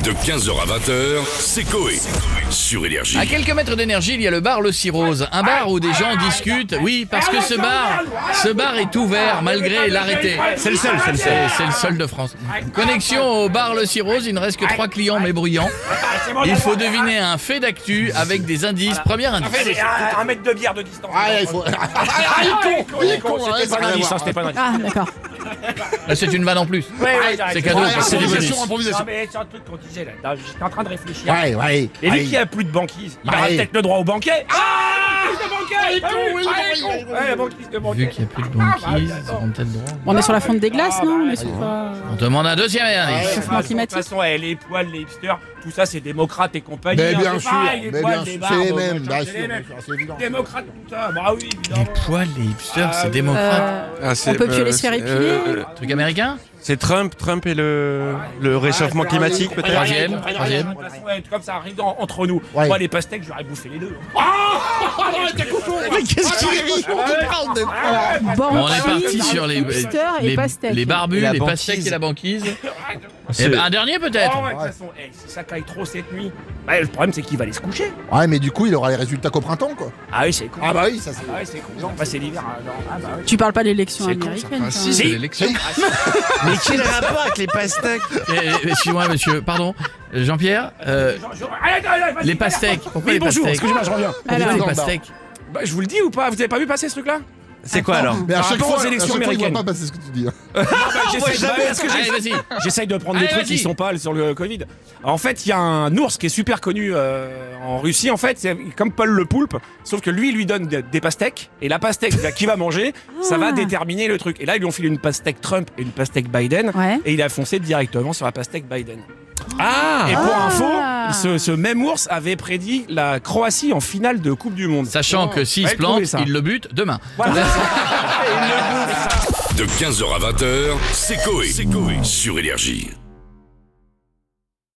De 15h à 20h, c'est Coé. Sur Énergie. À quelques mètres d'énergie, il y a le bar Le Cirrose. Un bar où des gens discutent. Oui, parce que ce bar est ouvert malgré l'arrêté. C'est le seul. C'est le seul de France. Connexion au bar Le Cirrose, il ne reste que 3 clients mais bruyants. Il faut deviner un fait d'actu avec des indices. Premier indice. Un mètre de bière de distance. il faut. Il est con, c'était pas un indice, c'était pas un indice. Ah, d'accord. Là, c'est une vanne en plus. C'est cadeau. C'est des bonus. Improvisation. Non mais c'est un truc qu'on disait là, j'étais en train de réfléchir. Ouais. Et vu qu'il n'y a plus de banquise, il aura peut-être le droit au banquet. Ah, de banquet. La banquise de banquet. Vu qu'il n'y a plus de banquise, ils auront peut-être droit. On est sur la fonte des glaces, non? On est sur On demande un deuxième indice. réchauffement De toute climatique. façon, les poils, les hipsters, tout ça c'est démocrate et compagnie. Mais hein, bien c'est sûr, pareil, les mais poils, bien les sûr, barbes, c'est les mêmes, machin, bien c'est sûr, les mêmes. c'est évident. Démocrate, tout ça, bah oui, évidemment. Les poils, les hipsters, c'est démocrate. On peut plus les se faire épiler. Truc américain? C'est Trump et le réchauffement climatique peut-être. Troisième. De toute façon, ouais, comme ça arrive entre nous. Ouais. Moi, les pastèques, j'aurais bouffé les deux. Mais qu'est-ce qu'il rit? On parle de quoi? Bon, On est parti sur hipster et pastèque. les barbus, Et la les banquise. pastèques et la banquise. C'est- Eh ben, un dernier peut-être. Oh, ouais, de toute façon, si ça caille trop cette nuit, bah, le problème c'est qu'il va aller se coucher. Ouais, mais du coup, il aura les résultats qu'au printemps, quoi. Ah oui, c'est con. Ah bah oui, ça c'est. Ah oui, c'est con. Non, bah, c'est l'hiver. Ah bah oui. Tu parles pas d'élection C'est con, ça. américaine. Si, quand c'est même. l'élection. Mais quel rapport avec les pastèques? Excuse-moi, monsieur. Pardon. Jean-Pierre, Allez, vas-y, les vas-y. pastèques. Pourquoi Oui, les bonjour, pastèques? excusez-moi, je reviens. Pourquoi Alors. les pastèques? Bah, je vous le dis ou pas? Vous avez pas vu passer ce truc-là? C'est quoi alors? Mais à Par chaque rapport fois, aux élections il voit américaines. pas passer ce que tu dis. Allez, vas-y. J'essaye de prendre des Allez, trucs qui vas-y. sont pas sur le Covid. En fait, il y a un ours qui est super connu en Russie. En fait, c'est comme Paul le poulpe, sauf que lui, il lui donne des pastèques et la pastèque qui va manger, ça va déterminer le truc. Et là, ils lui ont filé une pastèque Trump et une pastèque Biden, Ouais. et il a foncé directement sur la pastèque Biden. Ah! Et pour info, Ah. ce même ours avait prédit la Croatie en finale de Coupe du Monde. Sachant que s'il Ouais, se plante, trouvez ça. il le bute demain. Voilà. De 15h à 20h, c'est Coé. Sur Énergie.